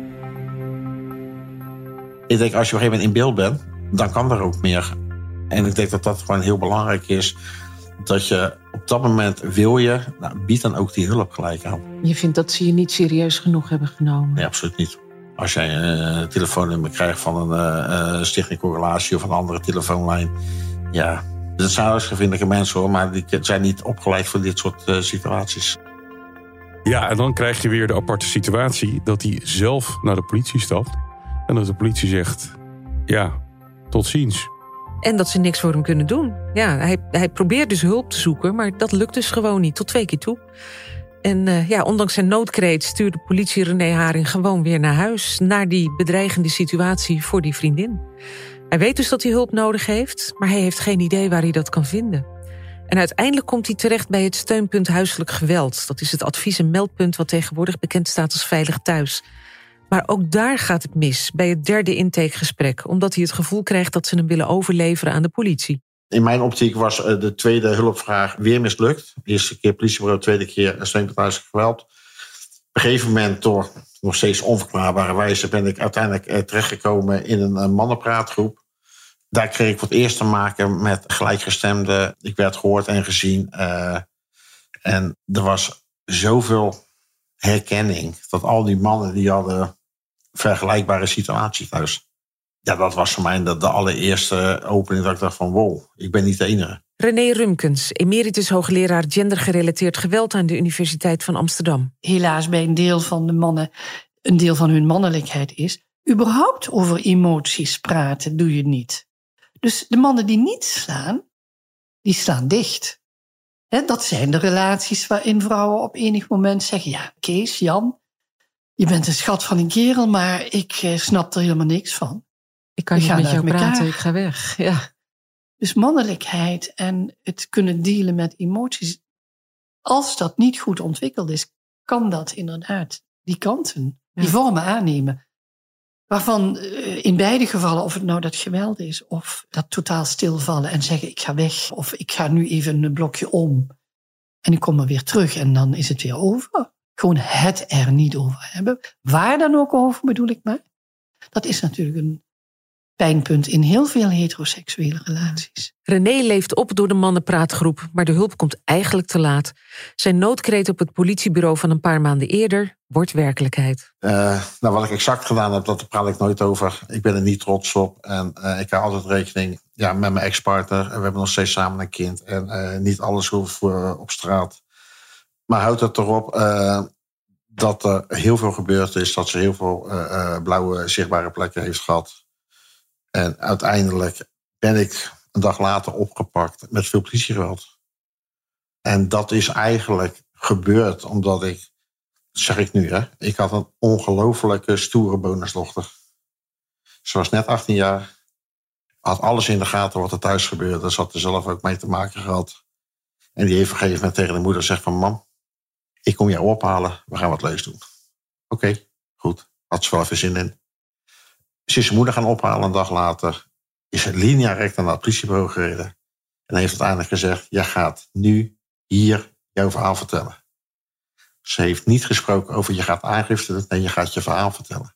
Ik denk, als je op een gegeven moment in beeld bent, dan kan er ook meer. En ik denk dat dat gewoon heel belangrijk is. Dat je op dat moment wil je, nou, bied dan ook die hulp gelijk aan. Je vindt dat ze je niet serieus genoeg hebben genomen? Nee, absoluut niet. Als jij een telefoonnummer krijgt van een uh, Stichting Correlatie of een andere telefoonlijn, ja, Dat zijn huisvriendelijke mensen hoor, maar die zijn niet opgeleid voor dit soort uh, situaties. Ja, en dan krijg je weer de aparte situatie dat hij zelf naar de politie stapt. En dat de politie zegt, ja, tot ziens. En dat ze niks voor hem kunnen doen. Ja, hij, hij probeert dus hulp te zoeken, maar dat lukt dus gewoon niet, tot twee keer toe. En uh, ja, ondanks zijn noodkreet stuurde politie René Haring gewoon weer naar huis. Naar die bedreigende situatie voor die vriendin. Hij weet dus dat hij hulp nodig heeft, maar hij heeft geen idee waar hij dat kan vinden. En uiteindelijk komt hij terecht bij het steunpunt huiselijk geweld. Dat is het advies- en meldpunt wat tegenwoordig bekend staat als Veilig Thuis. Maar ook daar gaat het mis, bij het derde intakegesprek, omdat hij het gevoel krijgt dat ze hem willen overleveren aan de politie. In mijn optiek was de tweede hulpvraag weer mislukt. De eerste keer politiebureau, de tweede keer steunpunt huiselijk geweld. Op een gegeven moment, door nog steeds onverklaarbare wijze, ben ik uiteindelijk terechtgekomen in een mannenpraatgroep. Daar kreeg ik voor het eerst te maken met gelijkgestemden. Ik werd gehoord en gezien. Uh, en er was zoveel herkenning. Dat al die mannen die hadden vergelijkbare situaties thuis. Ja, dat was voor mij de, de allereerste opening dat ik dacht van wow, ik ben niet de enige. René Rumkens, emeritus hoogleraar gendergerelateerd geweld aan de Universiteit van Amsterdam. Helaas bij een deel van de mannen, een deel van hun mannelijkheid is, überhaupt over emoties praten doe je niet. Dus de mannen die niet slaan, die slaan dicht. He, dat zijn de relaties waarin vrouwen op enig moment zeggen, ja, Kees, Jan, je bent een schat van een kerel, maar ik eh, snap er helemaal niks van. Ik kan niet met jou praten, ik ga weg. Ja. Dus mannelijkheid en het kunnen dealen met emoties, als dat niet goed ontwikkeld is, kan dat inderdaad die kanten, die ja. vormen aannemen. Waarvan in beide gevallen, of het nou dat geweld is, of dat totaal stilvallen en zeggen ik ga weg, of ik ga nu even een blokje om en ik kom er weer terug en dan is het weer over. Gewoon het er niet over hebben. Waar dan ook over bedoel ik maar. Dat is natuurlijk een pijnpunt in heel veel heteroseksuele relaties. René leeft op door de mannenpraatgroep, maar de hulp komt eigenlijk te laat. Zijn noodkreet op het politiebureau van een paar maanden eerder wordt werkelijkheid. Uh, nou, wat ik exact gedaan heb, dat praat ik nooit over. Ik ben er niet trots op en uh, ik hou altijd rekening ja, met mijn ex-partner. En we hebben nog steeds samen een kind en uh, niet alles hoeft uh, op straat. Maar houdt het erop uh, dat er heel veel gebeurd is, dat ze heel veel uh, uh, blauwe zichtbare plekken heeft gehad. En uiteindelijk ben ik een dag later opgepakt met veel politiegeweld. En dat is eigenlijk gebeurd omdat ik, dat zeg ik nu, hè, ik had een ongelofelijke stoere bonusdochter. Ze was net achttien jaar, had alles in de gaten wat er thuis gebeurde. Ze had er zelf ook mee te maken gehad. En die heeft op een gegeven moment tegen de moeder gezegd van mam, ik kom jou ophalen, we gaan wat leuks doen. Oké, okay, goed, had ze wel even zin in. Ze is zijn moeder gaan ophalen een dag later. Is linea recta naar het politiebureau gereden. En heeft uiteindelijk gezegd, jij gaat nu hier jouw verhaal vertellen. Ze heeft niet gesproken over je gaat aangifte doen. Nee, je gaat je verhaal vertellen.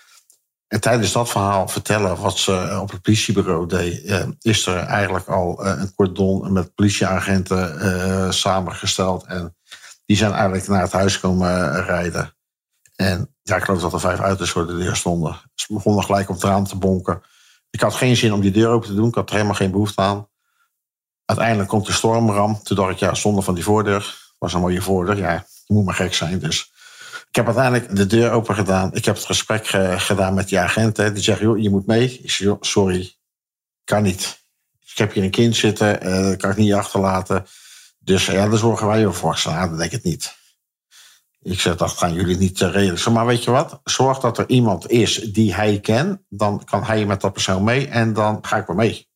En tijdens dat verhaal vertellen wat ze op het politiebureau deed, is er eigenlijk al een cordon met politieagenten uh, samengesteld. En die zijn eigenlijk naar het huis komen rijden. En ja, ik geloof dat er vijf auto's voor de deur stonden. Ze begonnen gelijk op het raam te bonken. Ik had geen zin om die deur open te doen. Ik had er helemaal geen behoefte aan. Uiteindelijk komt de stormram. Toen dacht ik, ja, zonder van die voordeur. Was een mooie voordeur. Ja, je moet maar gek zijn. Dus ik heb uiteindelijk de deur open gedaan. Ik heb het gesprek ge- gedaan met die agenten. Die zeggen, joh, je moet mee. Ik zeg, joh, sorry, kan niet. Ik heb hier een kind zitten. Uh, dat kan ik niet achterlaten. Dus ja, daar zorgen wij voor. Nou, dat denk ik het niet. Ik zeg, dat gaan jullie niet regelen. Maar weet je wat? Zorg dat er iemand is die hij kent. Dan kan hij met dat persoon mee. En dan ga ik wel mee.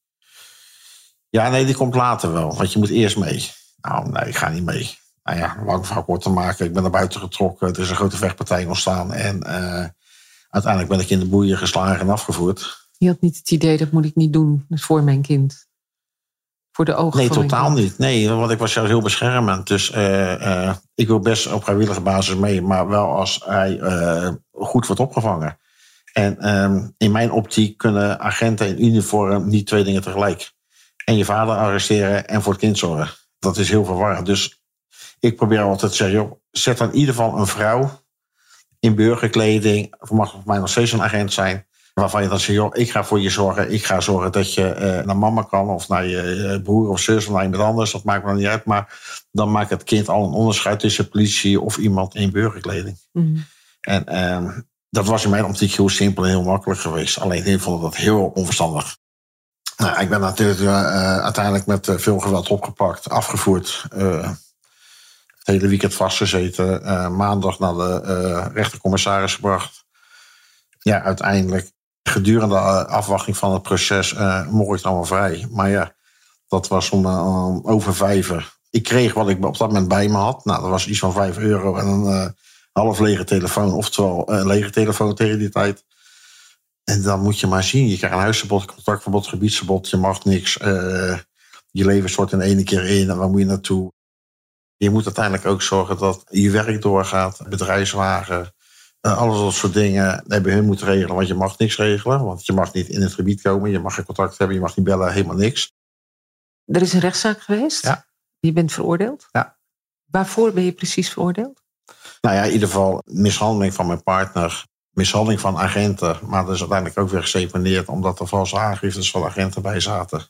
Ja, nee, die komt later wel. Want je moet eerst mee. Nou, nee, ik ga niet mee. Nou ja, lang verhaal kort te maken. Ik ben naar buiten getrokken. Er is een grote vechtpartij ontstaan. En uh, uiteindelijk ben ik in de boeien geslagen en afgevoerd. Je had niet het idee, dat moet ik niet doen. Dat is voor mijn kind. Voor de ogen nee, van totaal niet. Nee, want ik was juist heel beschermend. Dus uh, uh, ik wil best op vrijwillige basis mee. Maar wel als hij uh, goed wordt opgevangen. En um, in mijn optiek kunnen agenten in uniform niet twee dingen tegelijk. En je vader arresteren en voor het kind zorgen. Dat is heel verwarrend. Dus ik probeer altijd te zeggen, joh, zet dan in ieder geval een vrouw in burgerkleding. Of mag voor mij nog steeds een agent zijn. Waarvan je dan zegt, joh, ik ga voor je zorgen. Ik ga zorgen dat je uh, naar mama kan. Of naar je uh, broer of zus of naar iemand anders. Dat maakt me dan niet uit. Maar dan maakt het kind al een onderscheid tussen politie of iemand in burgerkleding. Mm. En uh, dat was in mijn optiek heel simpel en heel makkelijk geweest. Alleen ik vond dat heel onverstandig. Nou, ik ben natuurlijk uh, uiteindelijk met uh, veel geweld opgepakt. Afgevoerd. Uh, het hele weekend vastgezeten. Uh, maandag naar de uh, rechtercommissaris gebracht. Ja, uiteindelijk gedurende de afwachting van het proces uh, mocht ik dan wel vrij. Maar ja, dat was om, uh, om over vijven. Ik kreeg wat ik op dat moment bij me had. Nou, dat was iets van vijf euro en een uh, half lege telefoon. Oftewel een uh, lege telefoon tegen die tijd. En dan moet je maar zien. Je krijgt een huisverbod, contactverbod, gebiedsverbod. Je mag niks. Uh, je leven stort in één keer in. En waar moet je naartoe? Je moet uiteindelijk ook zorgen dat je werk doorgaat. Bedrijfswagen. Uh, alles dat soort dingen hebben hun moeten regelen. Want je mag niks regelen. Want je mag niet in het gebied komen. Je mag geen contact hebben. Je mag niet bellen. Helemaal niks. Er is een rechtszaak geweest. Ja. Je bent veroordeeld. Ja. Waarvoor ben je precies veroordeeld? Nou ja, in ieder geval mishandeling van mijn partner. Mishandeling van agenten. Maar dat is uiteindelijk ook weer geseponeerd. Omdat er valse aangiftes van agenten bij zaten.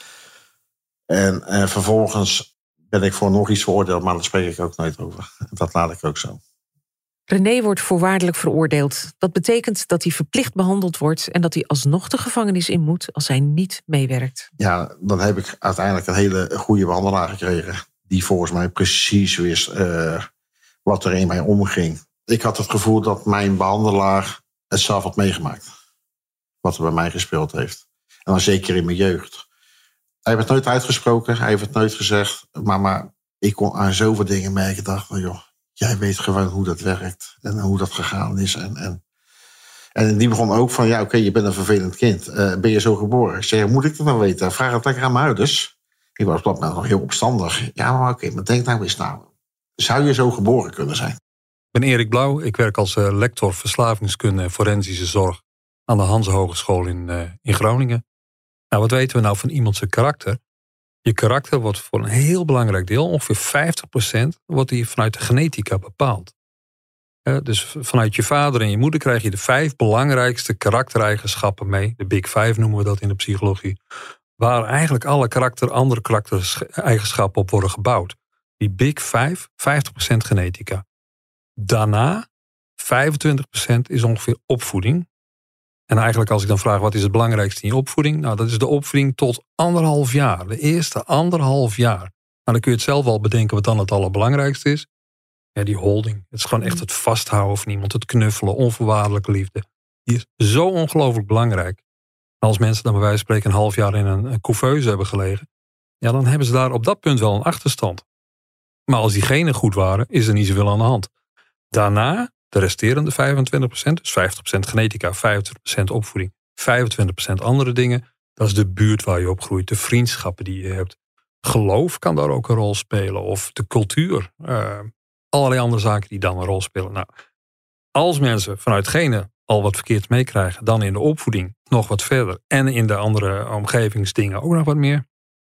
En uh, vervolgens ben ik voor nog iets veroordeeld. Maar daar spreek ik ook nooit over. Dat laat ik ook zo. René wordt voorwaardelijk veroordeeld. Dat betekent dat hij verplicht behandeld wordt en dat hij alsnog de gevangenis in moet als hij niet meewerkt. Ja, dan heb ik uiteindelijk een hele goede behandelaar gekregen. Die volgens mij precies wist uh, wat er in mij omging. Ik had het gevoel dat mijn behandelaar het zelf had meegemaakt. Wat er bij mij gespeeld heeft. En dan zeker in mijn jeugd. Hij heeft het nooit uitgesproken, hij heeft het nooit gezegd. Maar, maar ik kon aan zoveel dingen merken. Ik dacht van joh. Jij weet gewoon hoe dat werkt en hoe dat gegaan is. En, en, en die begon ook van, ja, oké, okay, je bent een vervelend kind. Uh, ben je zo geboren? Ik zei, moet ik dat nou weten? Vraag het lekker aan mijn ouders. Ik was op dat moment nog heel opstandig. Ja, maar oké, okay, maar denk nou eens nou. Zou je zo geboren kunnen zijn? Ik ben Erik Blauw. Ik werk als uh, lector verslavingskunde en forensische zorg aan de Hanze Hogeschool in, uh, in Groningen. Nou, wat weten we nou van iemands karakter? Je karakter wordt voor een heel belangrijk deel, ongeveer vijftig procent, wordt die vanuit de genetica bepaald. Dus vanuit je vader en je moeder krijg je de vijf belangrijkste karaktereigenschappen mee. De Big Five noemen we dat in de psychologie. Waar eigenlijk alle karakter, andere karaktereigenschappen op worden gebouwd. Die Big Five, vijftig procent genetica. Daarna, vijfentwintig procent is ongeveer opvoeding. En eigenlijk als ik dan vraag wat is het belangrijkste in je opvoeding? Nou, dat is de opvoeding tot anderhalf jaar. De eerste anderhalf jaar. Nou, dan kun je het zelf al bedenken wat dan het allerbelangrijkste is. Ja, die holding. Het is gewoon echt het vasthouden van iemand. Het knuffelen, onvoorwaardelijke liefde. Die is zo ongelooflijk belangrijk. En als mensen dan bij wijze van spreken een half jaar in een, een couveuse hebben gelegen. Ja, dan hebben ze daar op dat punt wel een achterstand. Maar als die genen goed waren, is er niet zoveel aan de hand. Daarna, de resterende vijfentwintig procent, dus vijftig procent genetica, vijfentwintig procent opvoeding, vijfentwintig procent andere dingen. Dat is de buurt waar je opgroeit, de vriendschappen die je hebt. Geloof kan daar ook een rol spelen, of de cultuur. Uh, allerlei andere zaken die dan een rol spelen. Nou, als mensen vanuit genen al wat verkeerd meekrijgen, dan in de opvoeding nog wat verder. En in de andere omgevingsdingen ook nog wat meer.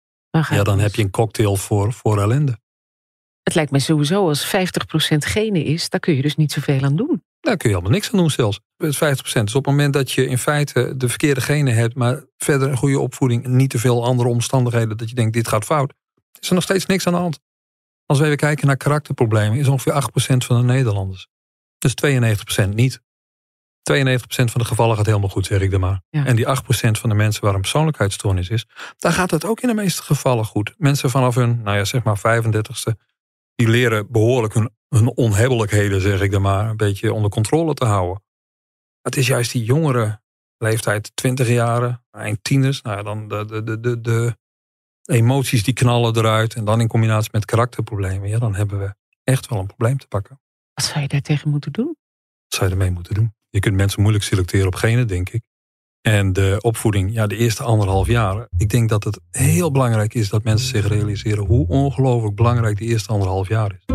Ja, dan heb je een cocktail voor, voor ellende. Het lijkt mij sowieso als vijftig procent genen is, daar kun je dus niet zoveel aan doen. Daar kun je helemaal niks aan doen zelfs. vijftig procent. Dus op het moment dat je in feite de verkeerde genen hebt, maar verder een goede opvoeding en niet te veel andere omstandigheden dat je denkt dit gaat fout, is er nog steeds niks aan de hand. Als we even kijken naar karakterproblemen, is ongeveer acht procent van de Nederlanders. Dus tweeënnegentig procent niet. tweeënnegentig procent van de gevallen gaat helemaal goed, zeg ik dan maar. Ja. En die acht procent van de mensen waar een persoonlijkheidsstoornis is, daar gaat het ook in de meeste gevallen goed. Mensen vanaf hun, nou ja, zeg maar vijfendertigste, die leren behoorlijk hun, hun onhebbelijkheden, zeg ik dan maar, een beetje onder controle te houden. Het is juist die jongere leeftijd, twintig jaren, eind tieners, nou ja, dan de, de, de, de, de emoties die knallen eruit en dan in combinatie met karakterproblemen, ja, dan hebben we echt wel een probleem te pakken. Wat zou je daar tegen moeten doen? Wat zou je ermee moeten doen? Je kunt mensen moeilijk selecteren op genen, denk ik. En de opvoeding, ja, de eerste anderhalf jaar. Ik denk dat het heel belangrijk is dat mensen zich realiseren hoe ongelooflijk belangrijk die eerste anderhalf jaar is.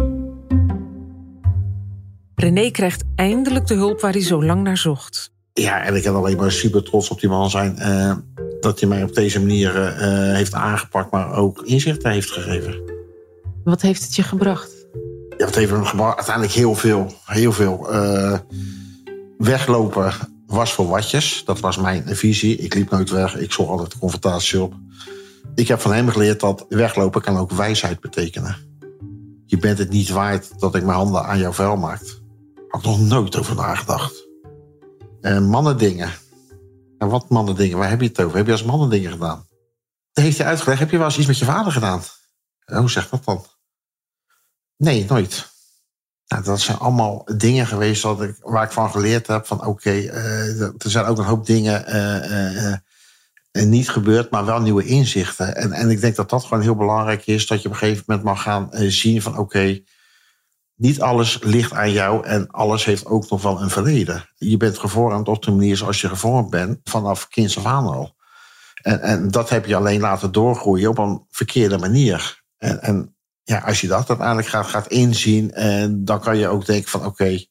René krijgt eindelijk de hulp waar hij zo lang naar zocht. Ja, en ik kan alleen maar super trots op die man zijn. Uh, dat hij mij op deze manier uh, heeft aangepakt, maar ook inzicht heeft gegeven. Wat heeft het je gebracht? Ja, het heeft me gebracht uiteindelijk heel veel. Heel veel. Uh, weglopen. was voor watjes. Dat was mijn visie. Ik liep nooit weg. Ik zocht altijd de confrontatie op. Ik heb van hem geleerd dat weglopen kan ook wijsheid betekenen. Je bent het niet waard dat ik mijn handen aan jou vuil maak. Daar had ik nog nooit over nagedacht. En mannendingen. En wat mannendingen? Waar heb je het over? Heb je als mannendingen gedaan? Dat heeft hij uitgelegd. Heb je wel eens iets met je vader gedaan? Hoe zegt dat dan? Nee, nooit. Nou, dat zijn allemaal dingen geweest dat ik, waar ik van geleerd heb. Van oké, okay, uh, er zijn ook een hoop dingen uh, uh, uh, niet gebeurd, maar wel nieuwe inzichten. En, en ik denk dat dat gewoon heel belangrijk is. Dat je op een gegeven moment mag gaan uh, zien van oké, okay, niet alles ligt aan jou en alles heeft ook nog wel een verleden. Je bent gevormd op de manier zoals je gevormd bent vanaf kinds af aan al. En, en dat heb je alleen laten doorgroeien op een verkeerde manier. En, en ja, als je dat uiteindelijk gaat, gaat inzien, en dan kan je ook denken van oké, okay,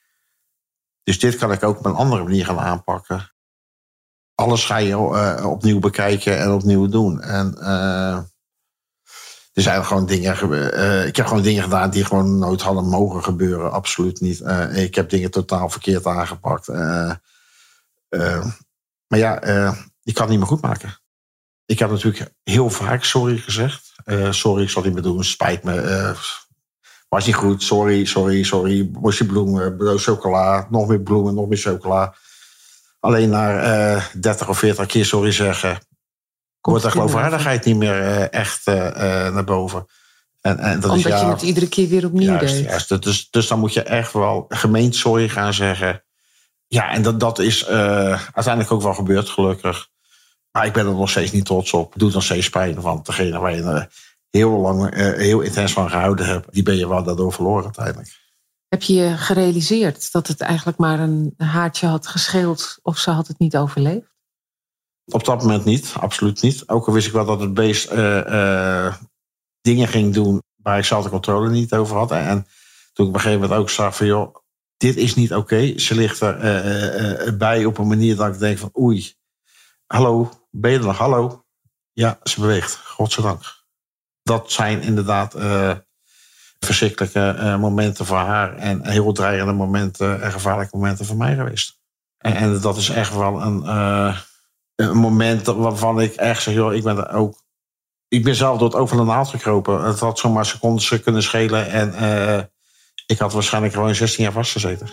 dus dit kan ik ook op een andere manier gaan aanpakken. Alles ga je uh, opnieuw bekijken en opnieuw doen. En uh, er zijn gewoon dingen, uh, ik heb gewoon dingen gedaan die gewoon nooit hadden mogen gebeuren. Absoluut niet. Uh, ik heb dingen totaal verkeerd aangepakt. Uh, uh, maar ja, uh, ik kan het niet meer goed maken. Ik heb natuurlijk heel vaak sorry gezegd. Uh, sorry, ik zal niet meer doen, spijt me. Uh, was niet goed, sorry, sorry, sorry. Bosje bloemen, brood chocola, nog meer bloemen, nog meer chocola. Alleen na uh, dertig of veertig keer sorry zeggen, wordt de geloofwaardigheid niet meer uh, echt uh, uh, naar boven. En, en dat Omdat is, ja, je het iedere keer weer opnieuw juist, deed. Juist. Dus, dus dan moet je echt wel gemeend sorry gaan zeggen. Ja, en dat, dat is uh, uiteindelijk ook wel gebeurd, gelukkig. Maar ik ben er nog steeds niet trots op. Het doet nog steeds pijn, want degene waar je uh, heel lang, uh, heel intens van gehouden hebt, die ben je wel daardoor verloren uiteindelijk. Heb je je gerealiseerd dat het eigenlijk maar een haartje had gescheeld of ze had het niet overleefd? Op dat moment niet, absoluut niet. Ook al wist ik wel dat het beest uh, uh, dingen ging doen waar ik zelf de controle niet over had. En toen ik op een gegeven moment ook zag van joh, dit is niet oké. Okay. Ze ligt er uh, uh, bij op een manier dat ik denk van oei, hallo, ben je er nog? Hallo? Ja, ze beweegt, godzijdank. Dat zijn inderdaad uh, verschrikkelijke uh, momenten voor haar en heel dreigende momenten en gevaarlijke momenten voor mij geweest. En, en dat is echt wel een, uh, een moment waarvan ik echt zeg, joh, ik ben er ook. Ik ben zelf door het oog van de naald gekropen. Het had zomaar secondes kunnen schelen en uh, ik had waarschijnlijk gewoon zestien jaar vastgezeten.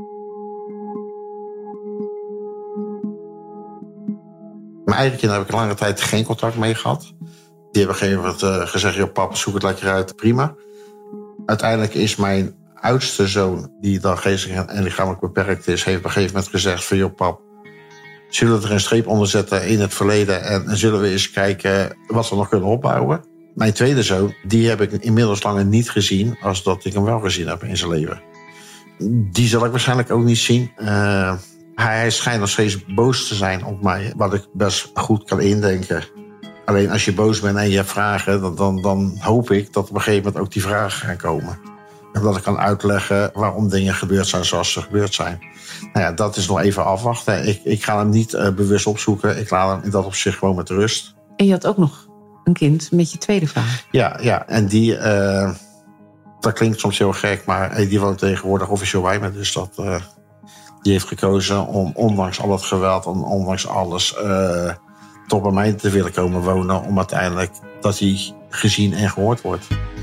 Mijn eigen kinderen heb ik lange tijd geen contact mee gehad. Die hebben op een gegeven moment uh, gezegd, joh, pap, zoek het lekker uit, prima. Uiteindelijk is mijn oudste zoon, die dan geestelijk en lichamelijk beperkt is, heeft op een gegeven moment gezegd van, joh, pap, zullen we er een streep onder zetten in het verleden en zullen we eens kijken wat we nog kunnen opbouwen? Mijn tweede zoon, die heb ik inmiddels langer niet gezien als dat ik hem wel gezien heb in zijn leven. Die zal ik waarschijnlijk ook niet zien. Uh, hij schijnt nog steeds boos te zijn op mij, wat ik best goed kan indenken. Alleen als je boos bent en je hebt vragen, dan, dan, dan hoop ik dat op een gegeven moment ook die vragen gaan komen. En dat ik kan uitleggen waarom dingen gebeurd zijn zoals ze gebeurd zijn. Nou ja, dat is nog even afwachten. Ik, ik ga hem niet uh, bewust opzoeken. Ik laat hem in dat opzicht gewoon met rust. En je had ook nog een kind met je tweede vader. Ja, ja. En die, uh, dat klinkt soms heel gek, maar die woont tegenwoordig officieel bij me. Dus dat, uh, die heeft gekozen om ondanks al het geweld en ondanks alles Uh, toch bij mij te willen komen wonen, om uiteindelijk dat hij gezien en gehoord wordt.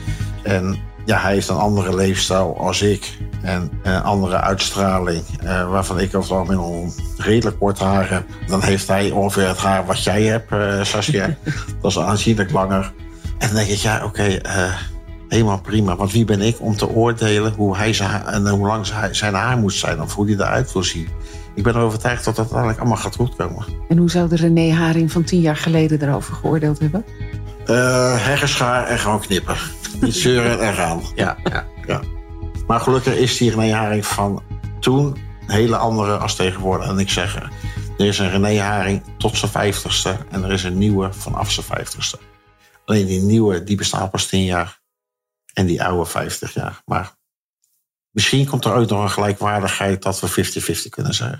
En ja, hij heeft een andere leefstijl als ik en een andere uitstraling, uh, waarvan ik over het algemeen al redelijk kort haar heb. Dan heeft hij ongeveer het haar wat jij hebt, uh, Saskia. Dat is aanzienlijk langer. En dan denk ik, ja, oké, okay, uh, helemaal prima. Want wie ben ik om te oordelen hoe hij zijn, en hoe lang zijn haar moet zijn of hoe hij eruit wil zien? Ik ben er overtuigd dat dat uiteindelijk allemaal gaat goedkomen. En hoe zou de René Haring van tien jaar geleden erover geoordeeld hebben? Uh, Heggeschaar en gewoon knippen. Niet zeuren en gaan. Ja, ja, ja. Maar gelukkig is die René Haring van toen een hele andere als tegenwoordig. En ik zeg, er is een René Haring tot zijn vijftigste en er is een nieuwe vanaf zijn vijftigste. Alleen die nieuwe, die bestaat pas tien jaar. En die oude vijftig jaar. Maar misschien komt er ook nog een gelijkwaardigheid dat we vijftig vijftig kunnen zijn.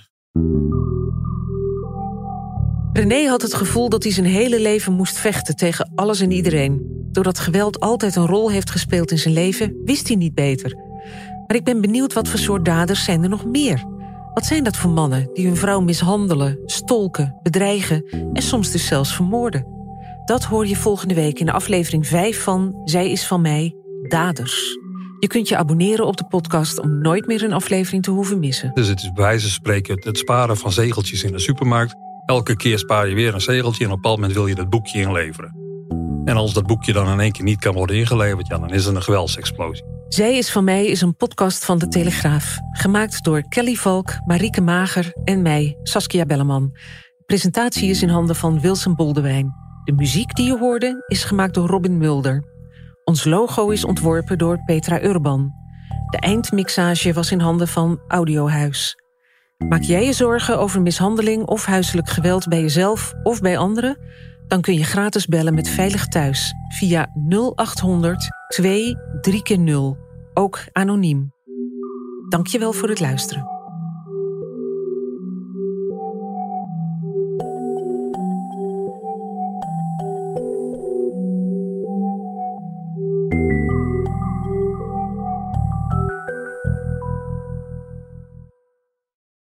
René had het gevoel dat hij zijn hele leven moest vechten tegen alles en iedereen. Doordat geweld altijd een rol heeft gespeeld in zijn leven, wist hij niet beter. Maar ik ben benieuwd wat voor soort daders zijn er nog meer. Wat zijn dat voor mannen die hun vrouw mishandelen, stolken, bedreigen en soms dus zelfs vermoorden? Dat hoor je volgende week in de aflevering vijf van Zij is van mij, Daders. Je kunt je abonneren op de podcast om nooit meer een aflevering te hoeven missen. Dus het is bij wijze van spreken het sparen van zegeltjes in de supermarkt. Elke keer spaar je weer een zegeltje en op een bepaald moment wil je dat boekje inleveren. En als dat boekje dan in één keer niet kan worden ingeleverd, ja, dan is er een geweldsexplosie. Zij is van mij is een podcast van De Telegraaf. Gemaakt door Kelly Valk, Marieke Mager en mij, Saskia Belleman. De presentatie is in handen van Wilson Boldewijn. De muziek die je hoorde is gemaakt door Robin Mulder. Ons logo is ontworpen door Petra Urban. De eindmixage was in handen van Audiohuis. Maak jij je zorgen over mishandeling of huiselijk geweld bij jezelf of bij anderen? Dan kun je gratis bellen met Veilig Thuis via nul acht honderd twee drie keer nul, ook anoniem. Dank je wel voor het luisteren.